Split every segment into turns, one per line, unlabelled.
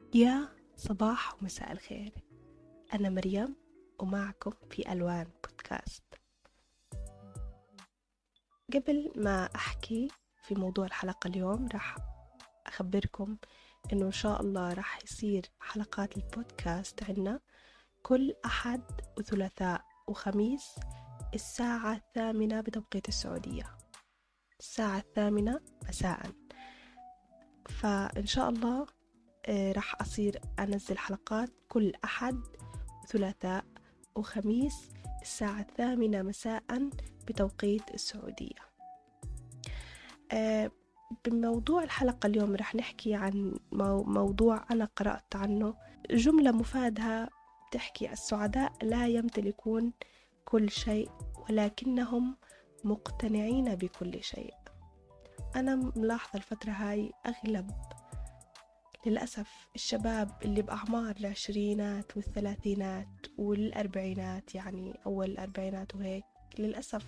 يا صباح ومساء الخير. أنا مريم ومعكم في ألوان بودكاست. قبل ما أحكي في موضوع الحلقة اليوم راح أخبركم إنه إن شاء الله راح يصير حلقات البودكاست عنا كل أحد وثلاثاء وخميس الساعة 8 بتوقيت السعودية، الساعة 8 مساء. فإن شاء الله راح أصير أنزل حلقات كل أحد وثلاثاء وخميس الساعة 8 مساء بتوقيت السعودية. بموضوع الحلقة اليوم رح نحكي عن موضوع أنا قرأت عنه جملة مفادها تحكي: السعداء لا يمتلكون كل شيء ولكنهم مقتنعين بكل شيء. أنا ملاحظة الفترة هاي أغلب للأسف الشباب اللي بأعمار العشرينات والثلاثينات والأربعينات، يعني أول الأربعينات وهيك، للأسف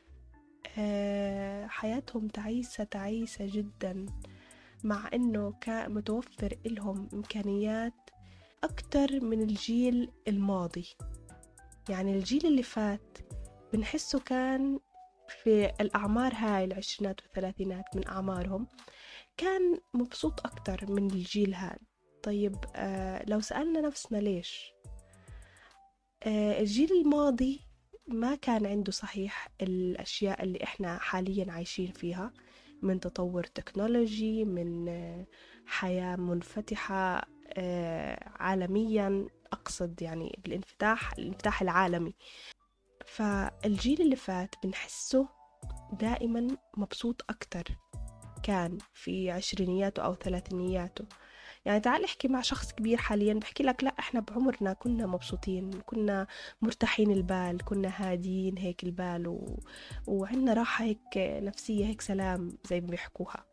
حياتهم تعيسة جدا، مع أنه كان متوفر لهم إمكانيات أكتر من الجيل الماضي. يعني الجيل اللي فات بنحسه كان في الأعمار هاي العشرينات والثلاثينات من أعمارهم كان مبسوط أكتر من الجيل هذا. طيب لو سألنا نفسنا ليش الجيل الماضي ما كان عنده صحيح الأشياء اللي إحنا حاليا عايشين فيها من تطور تكنولوجي، من حياة منفتحة عالميا، أقصد يعني الانفتاح العالمي. فالجيل اللي فات بنحسه دائما مبسوط أكتر، كان في عشرينياته أو ثلاثينياته. يعني تعال احكي مع شخص كبير حاليا بحكي لك لا احنا بعمرنا كنا مبسوطين، كنا مرتاحين البال، كنا هادين هيك البال وعندنا راحة هيك نفسية، هيك سلام زي ما بيحكوها.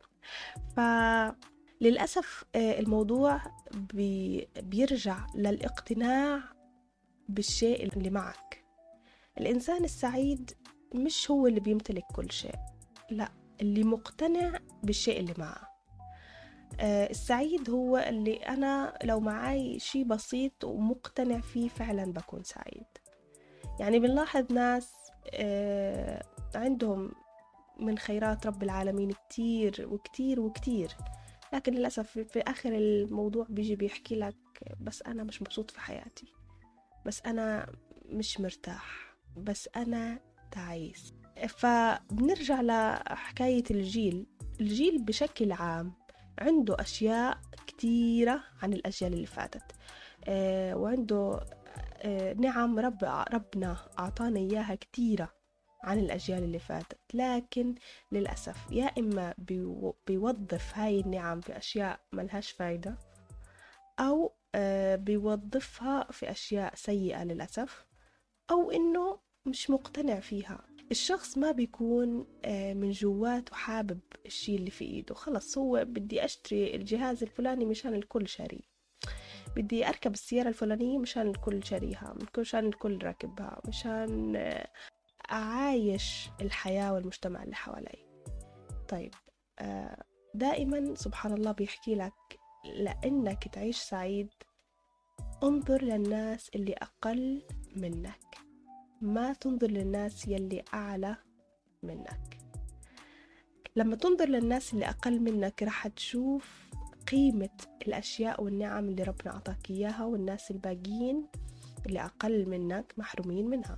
فللأسف الموضوع بيرجع للاقتناع بالشيء اللي معك. الإنسان السعيد مش هو اللي بيمتلك كل شيء، لا، اللي مقتنع بالشيء اللي معه. السعيد هو اللي أنا لو معاي شيء بسيط ومقتنع فيه فعلا بكون سعيد. يعني بنلاحظ ناس عندهم من خيرات رب العالمين كتير وكتير وكتير، لكن للأسف في آخر الموضوع بيجي بيحكي لك بس أنا مش مبسوط في حياتي، بس أنا مش مرتاح، بس أنا تعيس. فبنرجع لحكاية الجيل بشكل عام عنده أشياء كتيرة عن الأجيال اللي فاتت، وعنده نعم ربنا أعطانا إياها كتيرة عن الأجيال اللي فاتت، لكن للأسف يا إما بيوظف هاي النعم في أشياء ملهاش فايدة، أو بيوظفها في أشياء سيئة للأسف، أو إنه مش مقتنع فيها. الشخص ما بيكون من جواته حابب الشيء اللي في إيده. خلص هو بدي أشتري الجهاز الفلاني مشان الكل شاريه، بدي أركب السيارة الفلانية مشان الكل شاريها، مشان الكل راكبها، مشان أعايش الحياة والمجتمع اللي حوالي. طيب دائما سبحان الله بيحكي لك لأنك تعيش سعيد انظر للناس اللي أقل منك، ما تنظر للناس يلي أعلى منك. لما تنظر للناس اللي أقل منك راح تشوف قيمة الأشياء والنعم اللي ربنا أعطاك إياها، والناس الباقيين اللي أقل منك محرومين منها.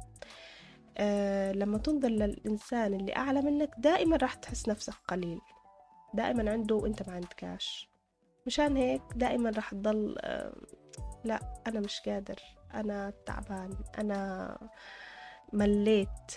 لما تنظر للإنسان اللي أعلى منك دائما راح تحس نفسك قليل، دائما عنده وإنت ما عندكاش. مشان هيك دائما راح تضل لا أنا مش قادر، أنا تعبان، أنا مليت.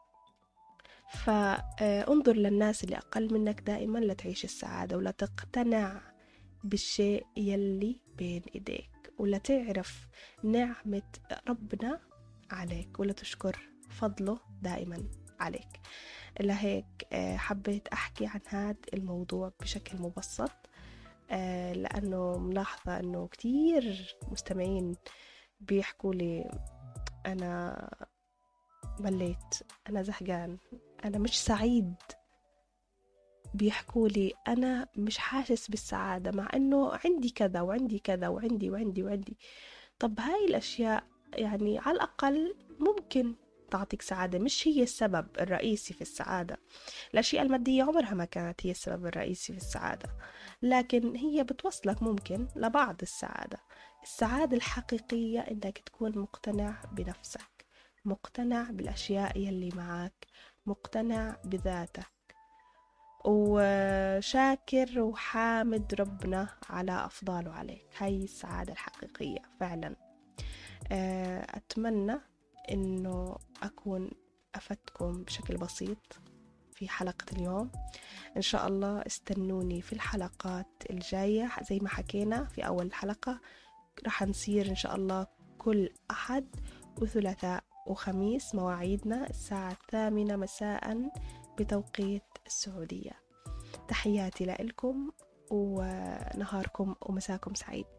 فانظر للناس اللي أقل منك دائما لتعيش السعادة، ولا تقتنع بالشيء يلي بين إيديك، ولا تعرف نعمة ربنا عليك، ولا تشكر فضله دائما عليك. لهيك حبيت أحكي عن هذا الموضوع بشكل مبسط، لأنه ملاحظة أنه كتير مستمعين بيحكوا لي أنا مليت، أنا زهقان، أنا مش سعيد. بيحكوا لي أنا مش حاسس بالسعادة مع أنه عندي كذا وعندي كذا وعندي وعندي وعندي. طب هاي الأشياء يعني على الأقل ممكن تعطيك سعادة، مش هي السبب الرئيسي في السعادة. الأشياء المادية عمرها ما كانت هي السبب الرئيسي في السعادة، لكن هي بتوصلك ممكن لبعض السعادة. السعادة الحقيقية إنك تكون مقتنع بنفسك، مقتنع بالأشياء يلي معك، مقتنع بذاتك، وشاكر وحامد ربنا على أفضاله عليك. هاي السعادة الحقيقية فعلا. أتمنى إنه أكون أفدتكم بشكل بسيط في حلقة اليوم. إن شاء الله استنوني في الحلقات الجاية. زي ما حكينا في أول حلقة، رح نصير إن شاء الله كل أحد وثلاثاء وخميس، مواعيدنا الساعة 8 مساء بتوقيت السعودية. تحياتي لكم، ونهاركم ومساكم سعيد.